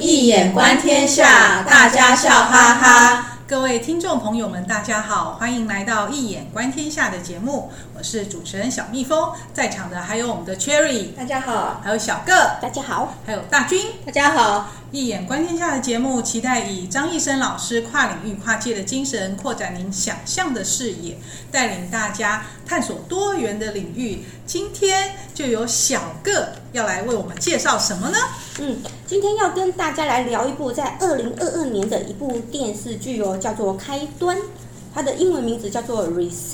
一眼观天下，大家笑哈哈。 各位听众朋友们，大家好，欢迎来到一眼观天下的节目，我是主持人小蜜蜂，在场的还有我们的 Cherry， 大家好， 还有小个， 大家好， 还有大军， 大家好。 一眼观天下的节目，期待以张义生老师跨领域跨界的精神，扩展您想象的视野，带领大家探索多元的领域。今天就由小个要来为我们介绍什么呢？ 今天要跟大家来聊一部在2022年的一部电视剧哦，叫做《开端》，它的英文名字叫做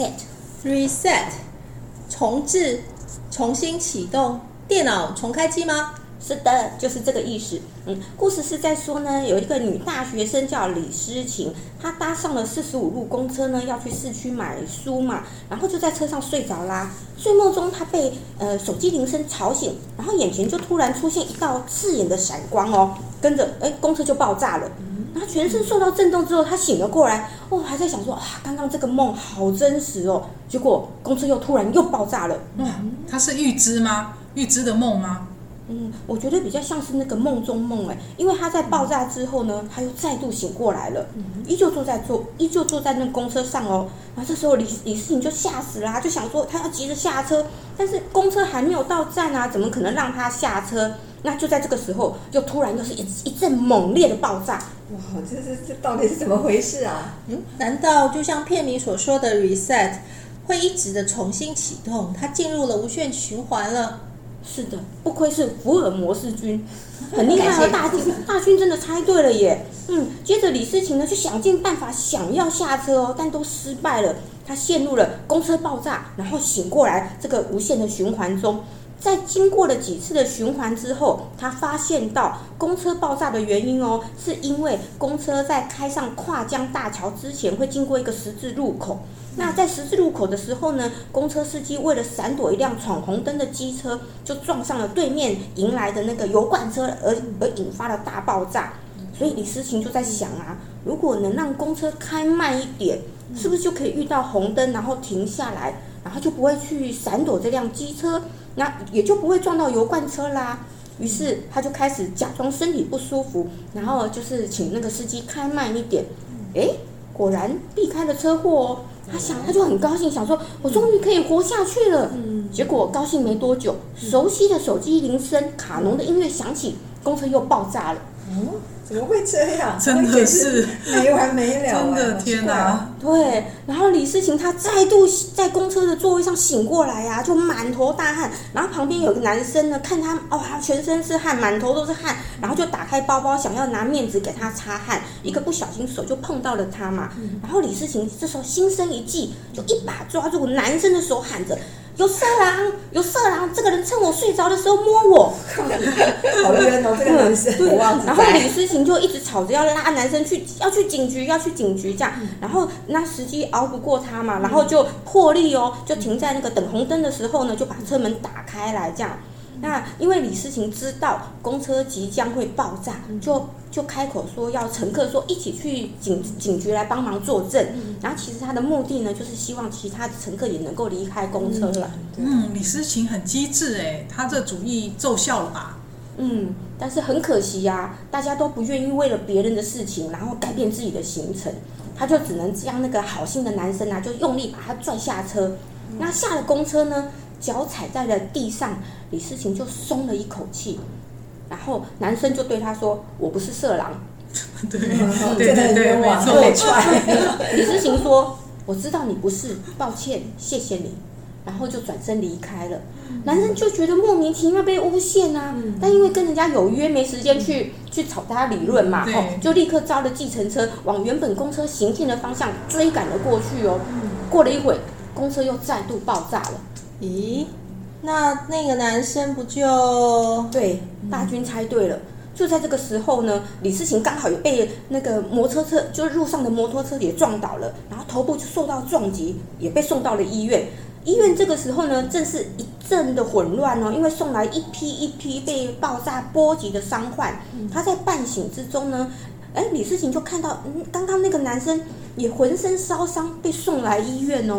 Reset。 重置、重新启动、电脑重开机吗？ 是的，就是这个意思。故事是在说呢，有一个女大学生叫李诗情，她搭上了45路公车呢，要去市区买书嘛，然后就在车上睡着啦。睡梦中，她被手机铃声吵醒，然后眼前就突然出现一道刺眼的闪光哦，跟着公车就爆炸了。然后全身受到震动之后，她醒了过来，还在想说刚刚这个梦好真实哦。结果公车又突然又爆炸了。 它是预知吗？预知的梦吗？ 我觉得比较像是那个梦中梦因为他在爆炸之后呢，他又再度醒过来了，依旧坐在那公车上哦。然后这时候李诗情就吓死了，就想说他要急着下车，但是公车还没有到站啊，怎么可能让他下车？那就在这个时候，就突然又是一阵猛烈的爆炸。 哇，这到底是怎么回事啊？ 难道就像片名所说的 reset 会一直的重新启动，它进入了无限循环了？ 是的，不愧是福尔摩斯君，很厉害哦！大军真的猜对了耶。接着李诗情呢就想尽办法想要下车哦，但都失败了。他陷入了公车爆炸，然后醒过来这个无限的循环中。在经过了几次的循环之后，他发现到公车爆炸的原因哦，是因为公车在开上跨江大桥之前会经过一个十字路口。那在十字路口的时候呢，公车司机为了闪躲一辆闯红灯的机车，就撞上了对面迎来的那个油罐车，而引发了大爆炸。所以李诗情就在想如果能让公车开慢一点，是不是就可以遇到红灯，然后停下来，然后就不会去闪躲这辆机车，那也就不会撞到油罐车啦。于是他就开始假装身体不舒服，然后就是请那个司机开慢一点。果然避开了车祸哦。他就很高兴，想说我终于可以活下去了。结果高兴没多久，熟悉的手机铃声、卡农的音乐响起，公车又爆炸了。 怎么会这样？ 真的是没完没了， 真的天哪！ 对，然后李诗情她再度在公车的座位上醒过来就满头大汗。然后旁边有个男生呢，看他全身是汗，满头都是汗，然后就打开包包想要拿面纸给他擦汗，一个不小心手就碰到了他嘛。然后李诗情这时候心生一计，就一把抓住男生的手，喊着：有色狼！有色狼！这个人趁我睡着的时候摸我， 好冤哦，这个男生。 然后李诗情就一直吵着要拉男生要去警局这样。然后那司机熬不过他嘛，然后就破例就停在那个等红灯的时候呢，就把车门打开来这样。那因为李诗情知道公车即将会爆炸，就开口说要乘客说一起去警局来帮忙作证。然后其实他的目的呢，就是希望其他的乘客也能够离开公车了。 李诗情很机智他这主意奏效了吧？ 但是很可惜大家都不愿意为了别人的事情，然后改变自己的行程。他就只能将那个好心的男生就用力把他拽下车。那下了公车呢，脚踩在了地上，李诗情就松了一口气。然后男生就对他说：“我不是色狼。” 对， 没错。 李诗情说：“我知道你不是，抱歉，谢谢你。”然后就转身离开了。男生就觉得莫名其妙被诬陷但因为跟人家有约，没时间去吵他理论嘛，就立刻招了计程车往原本公车行进的方向追赶了过去哦。过了一会，公车又再度爆炸了。 咦，那个男生不就…… 对，大军猜对了。就在这个时候呢，李诗情刚好也被那个摩托车，就是路上的摩托车也撞倒了，然后头部就受到撞击，也被送到了医院。医院这个时候呢，正是一阵的混乱因为送来一批一批被爆炸波及的伤患。他在半醒之中呢，李诗情就看到刚刚那个男生也浑身烧伤，被送来医院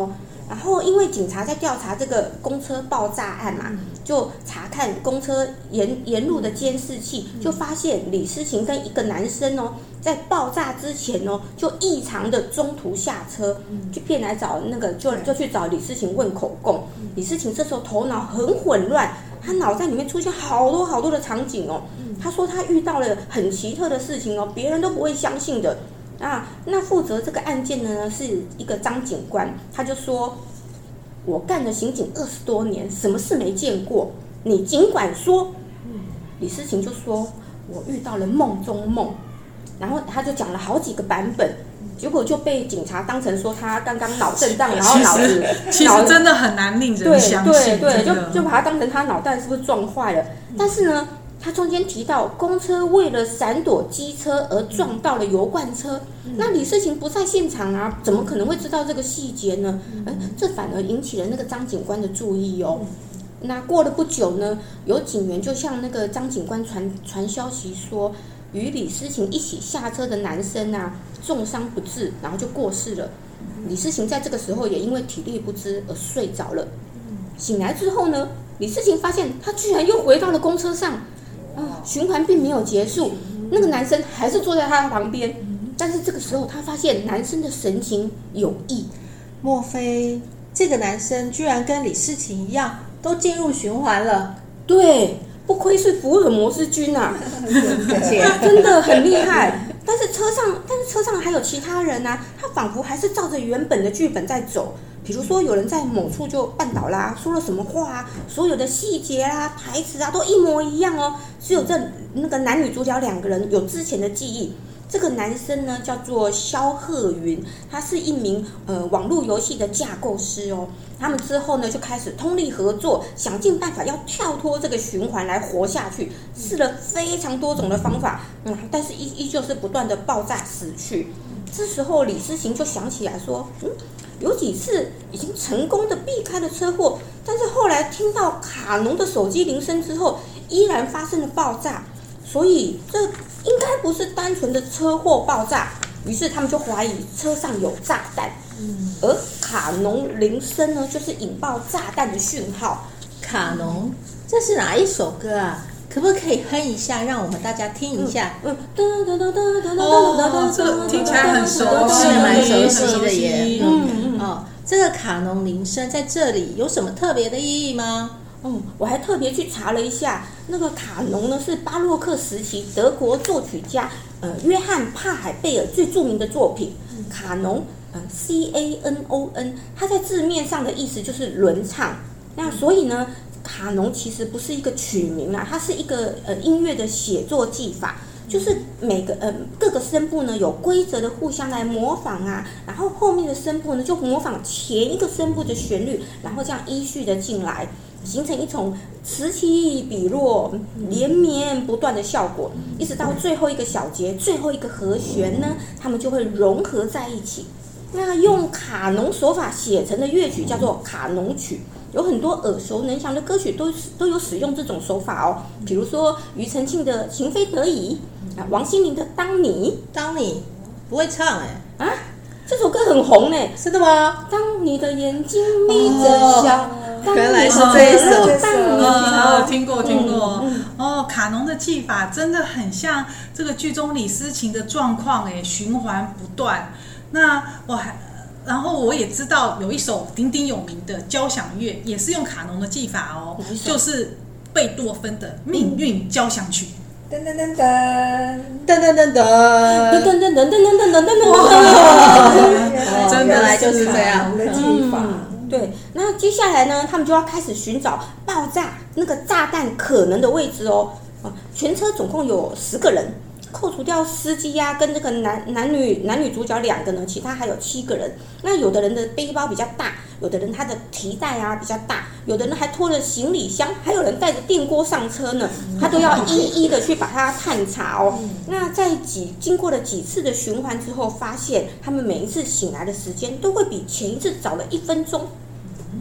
然后因为警察在调查这个公车爆炸案嘛，就查看公车沿路的监视器，就发现李诗情跟一个男生哦，在爆炸之前哦，就异常的中途下车，就便来找那个就去找李诗情问口供。李诗情这时候头脑很混乱，他脑袋里面出现好多好多的场景哦。他说他遇到了很奇特的事情哦，别人都不会相信的。那负责这个案件的呢是一个张警官，他就说：“我干了刑警20多年，什么事没见过？你尽管说。”李诗情就说：“我遇到了梦中梦。”然后他就讲了好几个版本，结果就被警察当成说他刚刚脑震荡，然后脑子其实真的很难令人相信， 对，就把他当成他脑袋是不是撞坏了？但是呢，他中间提到公车为了闪躲机车而撞到了油罐车，那李诗情不在现场啊，怎么可能会知道这个细节呢？这反而引起了那个张警官的注意哦。那过了不久呢，有警员就向那个张警官传消息说，与李诗情一起下车的男生啊，重伤不治，然后就过世了。李诗情在这个时候也因为体力不支而睡着了。醒来之后呢，李诗情发现他居然又回到了公车上。循环并没有结束，那个男生还是坐在他的旁边，但是这个时候他发现男生的神情有异， 莫非这个男生居然跟李诗情一样，都进入循环了？ 对，不愧是福尔摩斯君啊，真的很厉害。但是车上还有其他人啊，他仿佛还是照着原本的剧本在走。比如说有人在某处就绊倒啦，说了什么话啊，所有的细节啊、台词啊都一模一样哦，只有那个男女主角2个人有之前的记忆。这个男生呢叫做萧鹤云，他是一名网络游戏的架构师哦。他们之后呢就开始通力合作，想尽办法要跳脱这个循环来活下去，试了非常多种的方法，但是依旧是不断的爆炸死去。这时候李诗情就想起来说，有几次已经成功的避开了车祸，但是后来听到卡农的手机铃声之后，依然发生了爆炸，所以这应该不是单纯的车祸爆炸。于是他们就怀疑车上有炸弹，而卡农铃声呢，就是引爆炸弹的讯号。 卡农，这是哪一首歌啊？可不可以哼一下，让我们大家听一下？ 这个听起来很熟悉， 蛮熟悉的耶。这个卡农铃声在这里有什么特别的意义吗？ 我还特别去查了一下，那个卡农呢是巴洛克时期德国作曲家约翰帕海贝尔最著名的作品。卡农CANON， 它在字面上的意思就是轮唱。那所以呢，卡农其实不是一个曲名啦，它是一个音乐的写作技法，就是各个声部呢有规则的互相来模仿啊，然后后面的声部呢就模仿前一个声部的旋律，然后这样依序的进来，形成一种此起彼落、连绵不断的效果，一直到最后一个小节、最后一个和弦呢，它们就会融合在一起。那用卡农手法写成的乐曲叫做卡农曲，有很多耳熟能详的歌曲都有使用这种手法哦，比如说庾澄庆的《情非得已》，王心凌的《当你》 不会唱这首歌很红呢， 真的吗？ 当你的眼睛眯着笑， 原来是这一首， 听过。卡农的技法真的很像这个剧中李诗情的状况，循环不断。然后我也知道有一首鼎鼎有名的交响乐，也是用卡农的技法哦，就是贝多芬的《命运交响曲》。 噔噔噔噔噔噔噔噔噔， 真的来就是这样的技法。 对，那接下来呢，他们就要开始寻找爆炸那个炸弹可能的位置哦。全车总共有10个人，扣除掉司机啊跟这个男女主角2个呢，其他还有7个人。那有的人的背包比较大，有的人他的提袋啊比较大，有的人还拖着行李箱，还有人带着电锅上车呢，他都要一一的去把它探查哦。那在经过了几次的循环之后，发现他们每一次醒来的时间都会比前一次早了1分钟。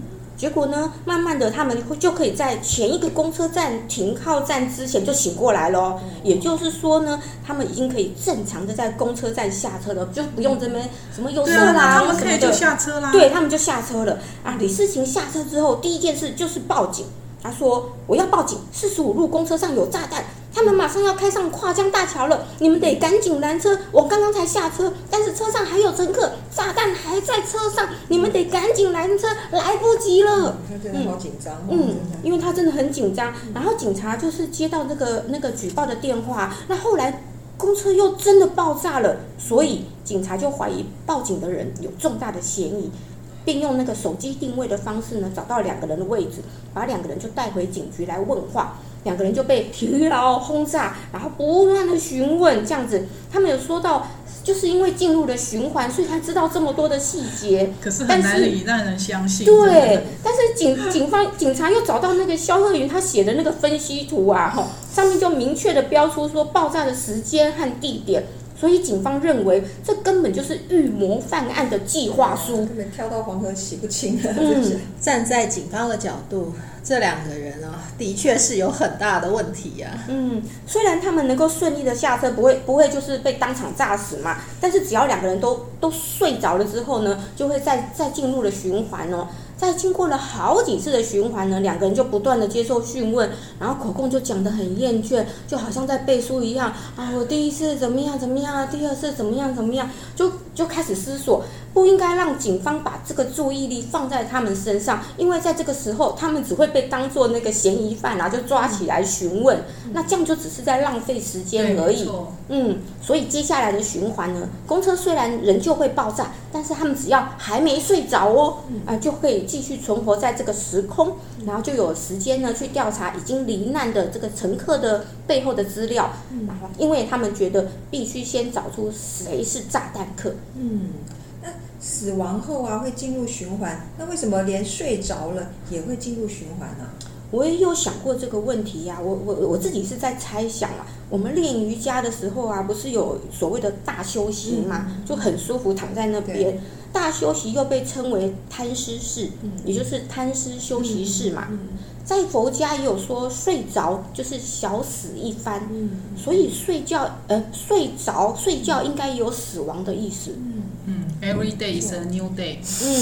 结果呢，慢慢的他们就可以在前一个公车站停靠站之前就醒过来了也就是说呢，他们已经可以正常的在公车站下车了，就不用这边什么有色啦， 他们可以就下车啦。 对，他们就下车了啊。李世情下车之后，第一件事就是报警。他说：“我要报警，45路公车上有炸弹，他们马上要开上跨江大桥了，你们得赶紧拦车。我刚刚才下车，但是车上还有乘客，炸弹还在车上，你们得赶紧拦车，来不及了。” 他真的好紧张。 因为他真的很紧张。然后警察就是接到那个举报的电话，那后来公车又真的爆炸了，所以警察就怀疑报警的人有重大的嫌疑。并用那个手机定位的方式呢，找到2个人的位置，把2个人就带回警局来问话。2个人就被疲劳轰炸，然后不断的询问，这样子。他们有说到，就是因为进入了循环，所以才知道这么多的细节。 可是很难以让人相信。 对，但是警察又找到那个萧鹤云他写的那个分析图啊，上面就明确的标出说爆炸的时间和地点。所以警方认为这根本就是预谋犯案的计划书， 根本跳到黄河洗不清了。 站在警方的角度，这2个人啊，的确是有很大的问题呀。 虽然他们能够顺利的下车，不会就是被当场炸死嘛，但是只要2个人都睡着了之后呢，就会再进入了循环哦。在经过了好几次的循环呢，2个人就不断的接受讯问，然后口供就讲得很厌倦，就好像在背书一样啊。我第一次怎么样怎么样，第二次怎么样怎么样，就开始思索，不应该让警方把这个注意力放在他们身上，因为在这个时候他们只会被当作那个嫌疑犯就抓起来询问，那这样就只是在浪费时间而已。所以接下来的循环呢，公车虽然仍旧会爆炸，但是他们只要还没睡着就可以继续存活在这个时空，然后就有时间呢去调查已经罹难的这个乘客的背后的资料，然后因为他们觉得必须先找出谁是炸弹客。 那死亡后会进入循环，那为什么连睡着了也会进入循环呢？ 我也有想过这个问题呀，我自己是在猜想我们练瑜伽的时候不是有所谓的大休息吗？就很舒服躺在那边。大休息又被称为贪尸室，也就是贪尸休息室嘛。在佛家也有说睡着就是小死一番，所以睡觉应该有死亡的意思。 Every day is a new day。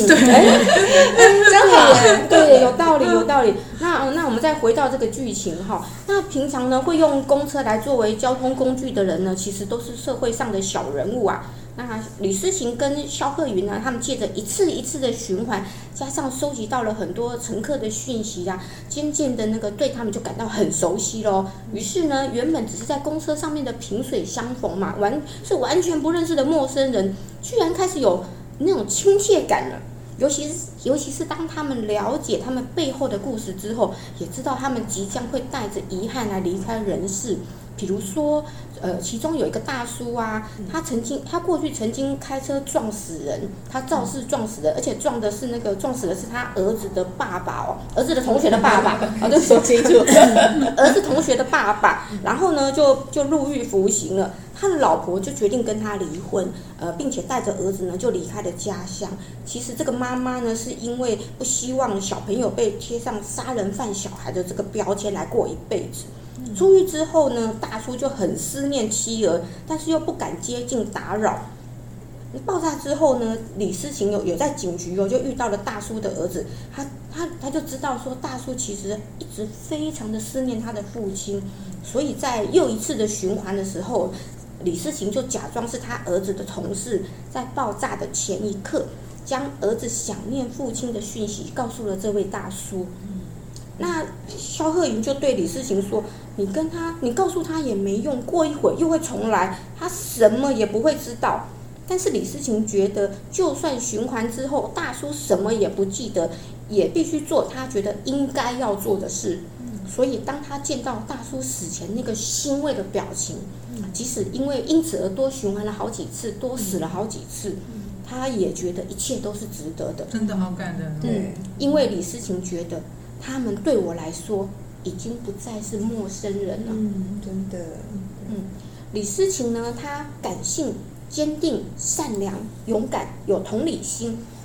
真好，对，有道理。那我们再回到这个剧情那平常呢会用公车来作为交通工具的人呢，其实都是社会上的小人物那李诗情跟萧鹤云呢，他们借着一次一次的循环，加上收集到了很多乘客的讯息渐渐的对他们就感到很熟悉咯。于是呢，原本只是在公车上面的萍水相逢嘛，完全不认识的陌生人，居然开始有那种亲切感了。尤其是当他们了解他们背后的故事之后，也知道他们即将会带着遗憾来离开人世。比如说，其中有一个大叔他过去曾经开车撞死人，他肇事撞死人，而且撞死的是他儿子的爸爸儿子的同学的爸爸对，说清楚，儿子同学的爸爸，然后呢就入狱服刑了。他的老婆就决定跟他离婚，并且带着儿子呢就离开了家乡。其实这个妈妈呢是因为不希望小朋友被贴上杀人犯小孩的这个标签来过一辈子。出狱之后呢，大叔就很思念妻儿，但是又不敢接近打扰。爆炸之后呢，李诗情有在警局就遇到了大叔的儿子，他就知道说大叔其实一直非常的思念他的父亲，所以在又一次的循环的时候，李诗情就假装是他儿子的同事，在爆炸的前一刻，将儿子想念父亲的讯息告诉了这位大叔。那萧鹤云就对李诗情说：“你告诉他也没用，过一会儿又会重来，他什么也不会知道。”但是李诗情觉得，就算循环之后，大叔什么也不记得，也必须做他觉得应该要做的事。所以当他见到大叔死前那个欣慰的表情，即使因此而多循环了好几次，多死了好几次，他也觉得一切都是值得的。 真的好感人。 因为李诗情觉得他们对我来说已经不再是陌生人了。 真的。 李诗情呢，她感性、坚定、善良、勇敢，有同理心。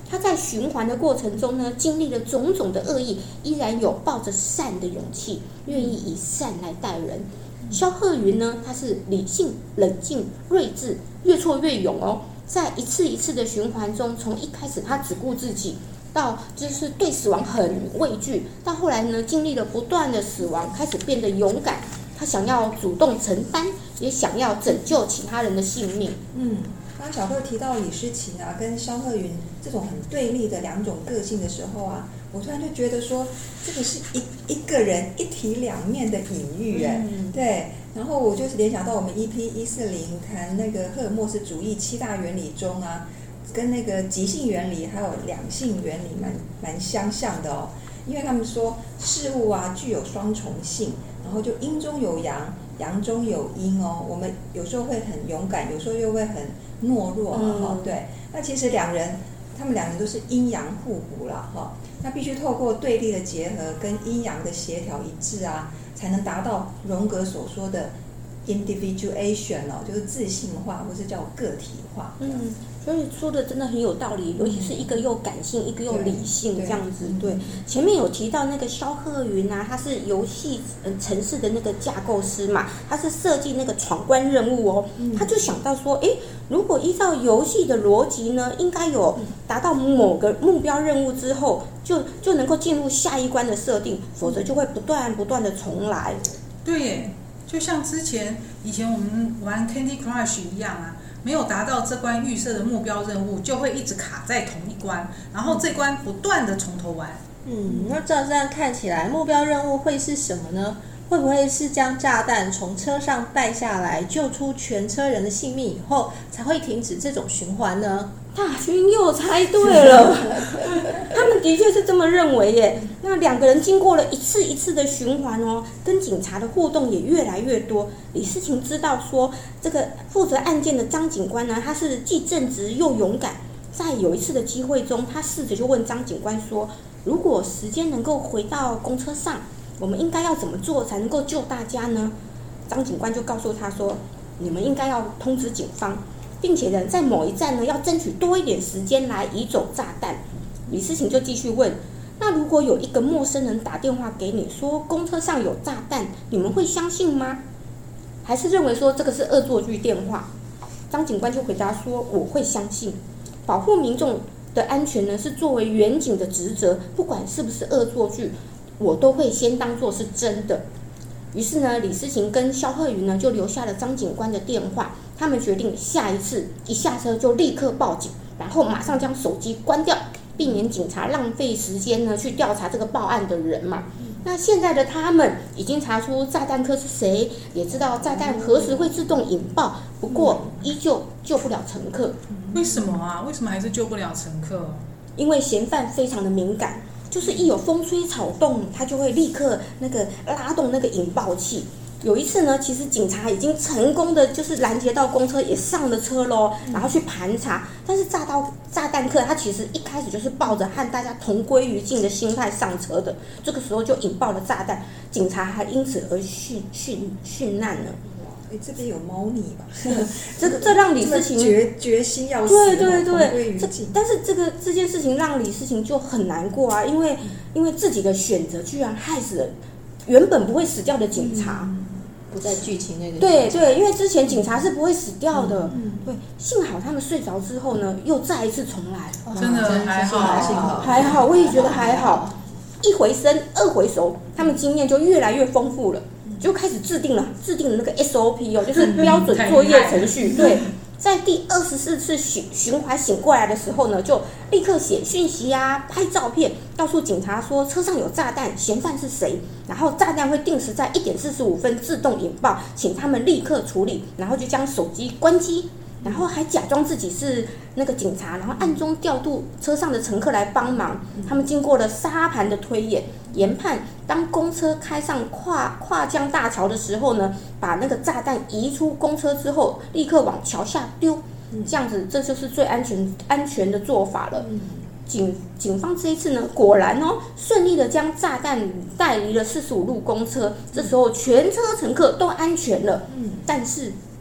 他在循环的过程中呢，经历了种种的恶意，依然有抱着善的勇气，愿意以善来待人。萧鹤云呢，他是理性、冷静、睿智，越挫越勇哦。在一次一次的循环中，从一开始他只顾自己，到就是对死亡很畏惧，到后来呢，经历了不断的死亡，开始变得勇敢。他想要主动承担，也想要拯救其他人的性命。 刚刚小贺提到李诗情啊跟萧鹤云这种很对立的两种个性的时候啊，我突然就觉得说，这个是一个人一体两面的隐喻对。然后我就是联想到我们 EP140谈那个赫尔墨斯主义7大原理中啊，跟那个极性原理还有两性原理蛮相像的哦。因为他们说事物啊具有双重性，然后就阴中有阳，阳中有阴哦。我们有时候会很勇敢，有时候又会很懦弱对。那其实他们两人都是阴阳互补啦那必须透过对立的结合跟阴阳的协调一致啊，才能达到荣格所说的 individuation 就是自性化或是叫个体化。 所以说的真的很有道理，尤其是一个又感性，一个又理性这样子。对，前面有提到那个萧鹤云啊，他是游戏城市的那个架构师嘛，他是设计那个闯关任务哦。他就想到说，如果依照游戏的逻辑呢，应该有达到某个目标任务之后，就能够进入下一关的设定，否则就会不断的重来。 对耶，就像以前我们玩 Candy Crush 一样啊。没有达到这关预设的目标任务，就会一直卡在同一关，然后这关不断的从头玩。 那照这样看起来，目标任务会是什么呢？会不会是将炸弹从车上带下来，救出全车人的性命以后，才会停止这种循环呢？ 大军又猜对了，他们的确是这么认为耶。那两个人经过了一次一次的循环哦，跟警察的互动也越来越多。李诗情知道说，这个负责案件的张警官呢，他是既正直又勇敢。在有一次的机会中，他试着就问张警官说，如果时间能够回到公车上，我们应该要怎么做才能够救大家呢？张警官就告诉他说，你们应该要通知警方，并且呢，在某一站呢，要争取多一点时间来移走炸弹。李诗情就继续问，那如果有一个陌生人打电话给你说公车上有炸弹，你们会相信吗？还是认为说这个是恶作剧电话？张警官就回答说，我会相信，保护民众的安全呢是作为远警的职责，不管是不是恶作剧，我都会先当作是真的。于是呢，李诗情跟萧鹤云呢就留下了张警官的电话，他们决定下一次一下车就立刻报警，然后马上将手机关掉，避免警察浪费时间呢去调查这个报案的人嘛。那现在的他们已经查出炸弹客是谁，也知道炸弹何时会自动引爆，不过依旧救不了乘客。 为什么啊？为什么还是救不了乘客？ 因为嫌犯非常的敏感，就是一有风吹草动，他就会立刻拉动那个引爆器。有一次呢，其实警察已经成功的就是拦截到公车，也上了车咯，然后去盘查。但是炸弹客他其实一开始就是抱着和大家同归于尽的心态上车的，这个时候就引爆了炸弹，警察还因此而殉难了。 这边有猫腻吧？ 这让李诗情决心要死， 对，但是这件事情让李诗情就很难过啊，因为自己的选择居然害死了原本不会死掉的警察。 不在剧情那个。 对，因为之前警察是不会死掉的。对，幸好他们睡着之后呢，又再一次重来。 真的还好， 还好，我也觉得还好。一回生，二回熟，他们经验就越来越丰富了，就开始制定了那个 SOP 就是标准作业程序。对，在第24次循环醒过来的时候呢，就立刻写讯息啊，拍照片，告诉警察说车上有炸弹，嫌犯是谁，然后炸弹会定时在1点45分自动引爆，请他们立刻处理，然后就将手机关机，然后还假装自己是那个警察，然后暗中调度车上的乘客来帮忙。他们经过了沙盘的推演，研判当公车开上跨江大桥的时候呢，把那个炸弹移出公车之后，立刻往桥下丢，这样子这就是最安全的做法了。警方这一次呢，果然顺利的将炸弹带离了45路公车，这时候全车乘客都安全了。但是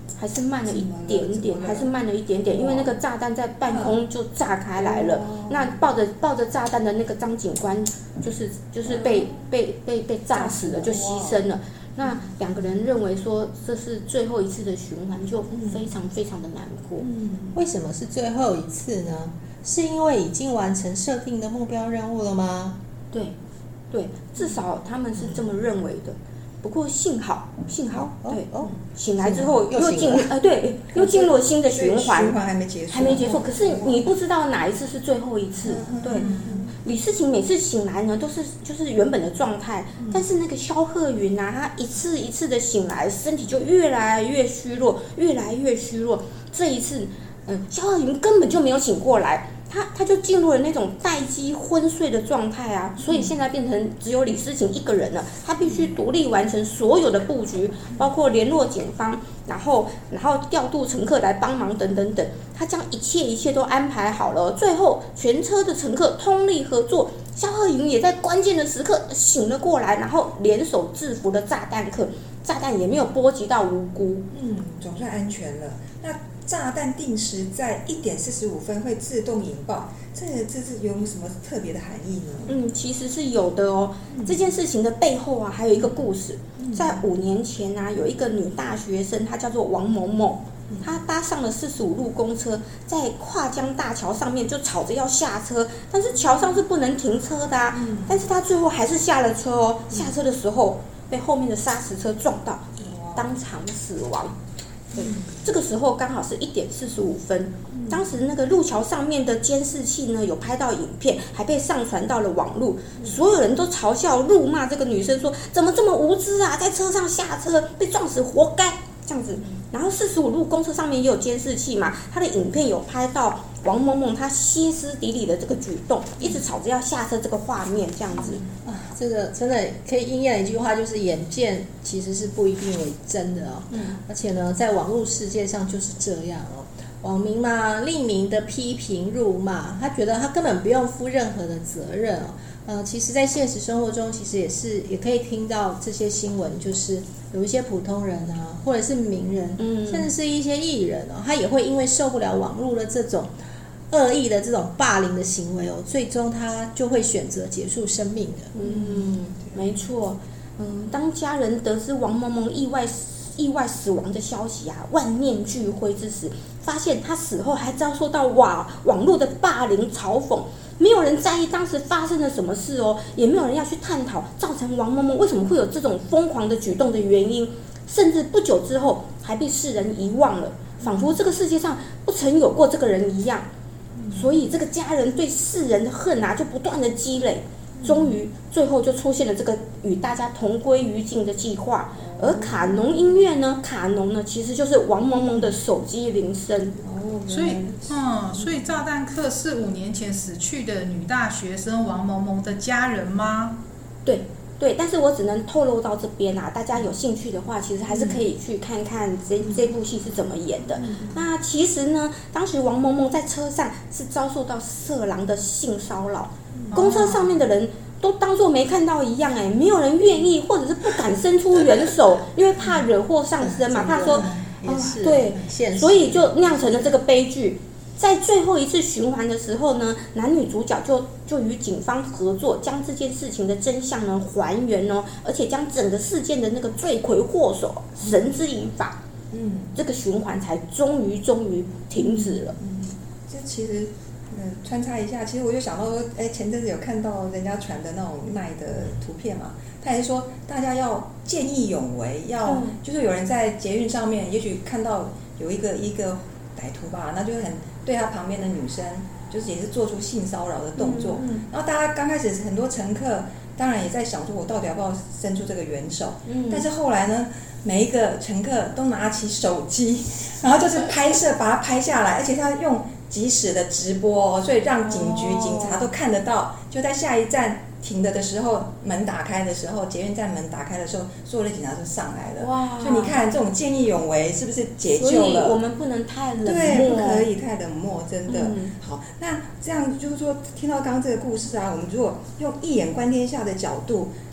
还是慢了一点点，因为那个炸弹在半空就炸开来了。那抱着炸弹的那个张警官，就是被炸死了，就牺牲了。那2个人认为说这是最后一次的循环，就非常非常的难过。 为什么是最后一次呢？是因为已经完成设定的目标任务了吗？ 对，至少他们是这么认为的。不过幸好，对，醒来之后又进入了新的循环， 循环还没结束。 可是你不知道哪一次是最后一次。对，李诗情每次醒来呢，都是就是原本的状态，但是那个萧鹤云啊，他一次一次的醒来，身体就越来越虚弱。这一次，萧鹤云根本就没有醒过来。他就进入了那种待机昏睡的状态啊，所以现在变成只有李诗情一个人了。他必须独立完成所有的布局，包括联络警方，然后调度乘客来帮忙等等等。他将一切都安排好了，最后全车的乘客通力合作，萧鹤云也在关键的时刻醒了过来，然后联手制服了炸弹客，炸弹也没有波及到无辜。 总算安全了。那炸弹定时在1点45分会自动引爆，这是有什么特别的含义呢？ 其实是有的哦。这件事情的背后啊，还有一个故事。在5年前啊，有一个女大学生，她叫做王某某，她搭上了45路公车，在跨江大桥上面就吵着要下车，但是桥上是不能停车的啊。但是她最后还是下了车哦。下车的时候被后面的砂石车撞到，当场死亡。对，这个时候刚好是1点45分。当时那个路桥上面的监视器呢，有拍到影片，还被上传到了网络。所有人都嘲笑、辱骂这个女生说：“怎么这么无知啊，在车上下车，被撞死活该。”这样子。然后45路公车上面也有监视器嘛，他的影片有拍到王萌萌她歇斯底里的这个举动，一直吵着要下车这个画面，这样子。 这个真的可以应验一句话，就是眼见其实是不一定为真的哦。而且呢，在网络世界上就是这样哦。网民嘛，匿名的批评辱骂，他觉得他根本不用负任何的责任哦。其实在现实生活中，其实也可以听到这些新闻，就是有一些普通人啊，或者是名人，甚至是一些艺人哦，他也会因为受不了网络的这种恶意的这种霸凌的行为哦，最终他就会选择结束生命的。 没错。当家人得知王萌萌意外死亡的消息啊，万念俱灰之时，发现他死后还遭受到网络的霸凌嘲讽，没有人在意当时发生了什么事哦，也没有人要去探讨造成王萌萌为什么会有这种疯狂的举动的原因，甚至不久之后还被世人遗忘了，仿佛这个世界上不曾有过这个人一样。所以这个家人对世人的恨啊，就不断的积累，终于最后就出现了这个与大家同归于尽的计划。而卡农音乐呢，其实就是王萌萌的手机铃声。 所以炸弹客是5年前死去的女大学生王萌萌的家人吗？ 对，但是我只能透露到这边啊，大家有兴趣的话，其实还是可以去看看这部戏是怎么演的。那其实呢，当时王萌萌在车上是遭受到色狼的性骚扰，公车上面的人都当作没看到一样，没有人愿意或者是不敢伸出援手，因为怕惹祸上身嘛，怕说对，所以就酿成了这个悲剧。在最后一次循环的时候呢，男女主角就与警方合作，将这件事情的真相呢还原哦，而且将整个事件的那个罪魁祸首绳之以法。这个循环才终于停止了。 这其实穿插一下，其实我就想到说，前阵子有看到人家传的那种赖的图片嘛，他也是说大家要见义勇为，就是有人在捷运上面，也许看到有一个歹徒吧，那就很对他旁边的女生，就是也是做出性骚扰的动作。然后大家刚开始很多乘客当然也在想说，我到底要不要伸出这个援手？但是后来呢，每一个乘客都拿起手机，然后就是拍摄，把它拍下来，而且他用即时的直播，所以让警察都看得到。就在下一站停的时候，门打开的时候，捷运站门打开的时候，所有的警察都上来了。所以你看，这种见义勇为是不是解救了？ 所以我们不能太冷漠， 对，不可以太冷漠，真的。好，那这样就是说，听到刚刚这个故事啊，我们如果用一眼观天下的角度，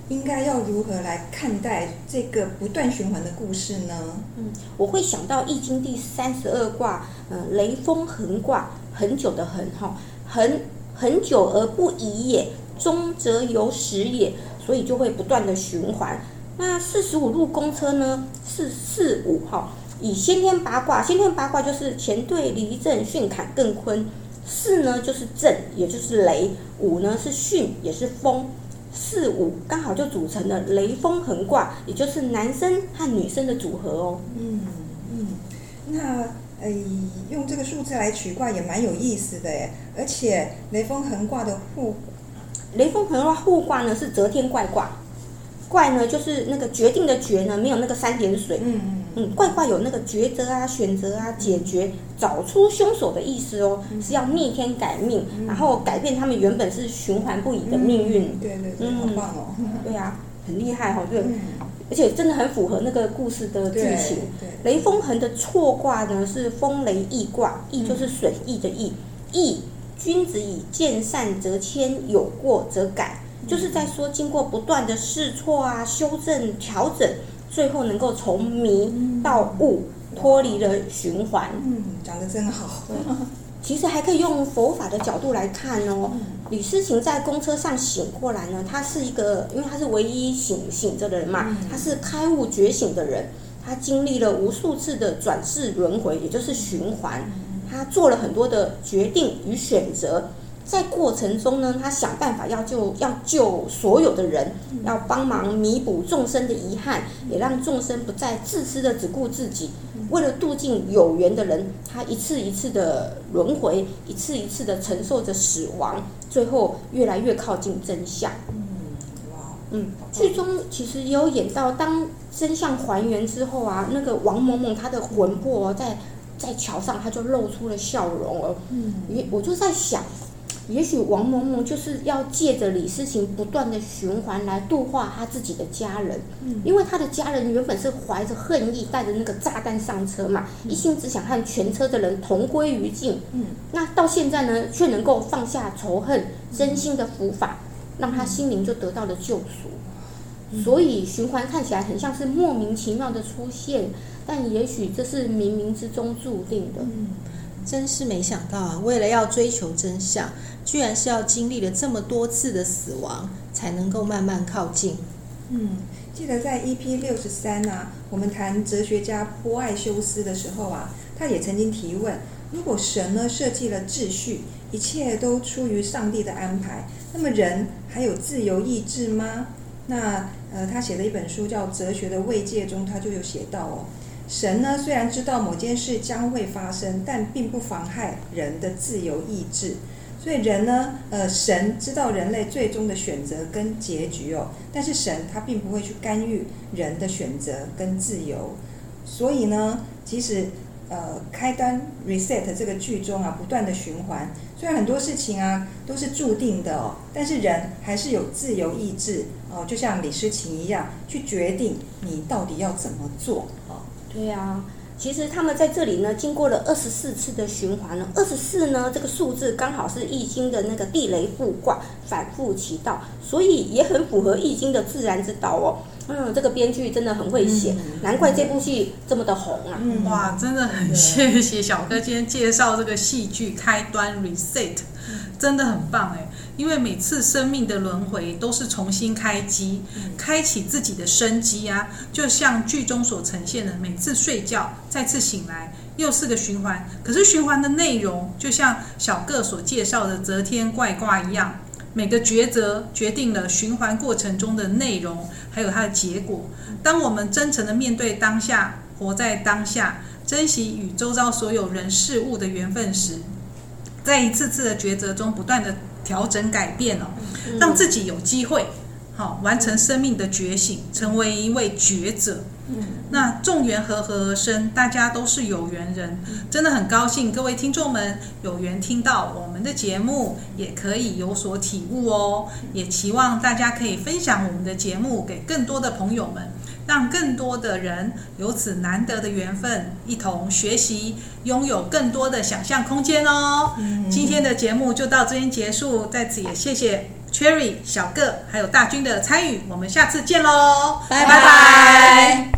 应该要如何来看待这个不断循环的故事呢？ 我会想到《易经》第32卦，雷风恒卦，很久的恒哈，很久而不已也，终则有始也，所以就会不断的循环。那45路公车呢是45哈，以先天八卦，先天八卦就是乾兑离震巽坎艮坤，4呢就是震，也就是雷，5呢是巽，也是风。45刚好就组成了雷风恒卦，也就是男生和女生的组合哦。 那用这个数字来取卦也蛮有意思的耶，而且雷风恒卦的雷风恒卦互卦呢是则天怪卦，怪呢就是那个决定的决呢，没有那个3点水。怪卦有那个抉择啊、选择啊、解决、找出凶手的意思哦，是要逆天改命，然后改变他们原本是循环不已的命运。 对，好棒哦。 对啊，很厉害哦，对。而且真的很符合那个故事的剧情。雷风恒的错卦呢是风雷益卦，益就是损益的益，益君子以见善则迁，有过则改，就是在说经过不断的试错啊、修正、调整，最后能够从迷到悟，脱离了循环。 讲得真好。 其实还可以用佛法的角度来看哦。李诗情在公车上醒过来呢，他是一个，因为他是唯一醒着的人嘛，他是开悟觉醒的人，他经历了无数次的转世轮回，也就是循环，他做了很多的决定与选择。在过程中呢，他想办法要救所有的人，要帮忙弥补众生的遗憾，也让众生不再自私的只顾自己。为了度尽有缘的人，他一次一次的轮回，一次一次的承受着死亡，最后越来越靠近真相。剧中其实也有演到，当真相还原之后啊，那个王萌萌她的魂魄在桥上，她就露出了笑容了。我就在想，也许王萌萌就是要借着李诗情不断的循环来度化他自己的家人，因为他的家人原本是怀着恨意带着那个炸弹上车嘛，一心只想和全车的人同归于尽。那到现在呢，却能够放下仇恨，真心的伏法，让他心灵就得到了救赎。所以循环看起来很像是莫名其妙的出现，但也许这是冥冥之中注定的。 真是没想到啊！为了要追求真相，居然是要经历了这么多次的死亡，才能够慢慢靠近。 记得在 EP63 啊，我们谈哲学家波爱修斯的时候啊，他也曾经提问：如果神呢设计了秩序，一切都出于上帝的安排，那么人还有自由意志吗？那他写的一本书叫《哲学的慰藉》中，他就有写到哦。神呢，虽然知道某件事将会发生，但并不妨害人的自由意志。所以人呢，神知道人类最终的选择跟结局哦，但是神他并不会去干预人的选择跟自由。所以呢，即使开端 reset 这个剧中啊，不断的循环，虽然很多事情啊都是注定的哦，但是人还是有自由意志哦，就像李诗情一样，去决定你到底要怎么做哦。 对啊，其实他们在这里呢，经过了24次的循环了。24呢，这个数字刚好是易经的那个地雷复卦，反复其道，所以也很符合易经的自然之道哦。这个编剧真的很会写，难怪这部戏这么的红啊！ 哇，真的很谢谢小哥今天介绍这个戏剧开端 reset，真的很棒哎！因为每次生命的轮回都是重新开机，开启自己的生机啊，就像剧中所呈现的，每次睡觉再次醒来又是个循环。可是循环的内容就像小个所介绍的择天怪卦一样，每个抉择决定了循环过程中的内容还有它的结果。当我们真诚的面对当下，活在当下，珍惜与周遭所有人事物的缘分时，在一次次的抉择中不断的调整改变哦，让自己有机会完成生命的觉醒，成为一位觉者。那众缘和合而生，大家都是有缘人，真的很高兴各位听众们有缘听到我们的节目，也可以有所体悟哦。也期望大家可以分享我们的节目给更多的朋友们，让更多的人有此难得的缘分，一同学习，拥有更多的想象空间哦。今天的节目就到这边结束，在此也谢谢 Cherry、小个还有大军的参与，我们下次见喽， 拜拜。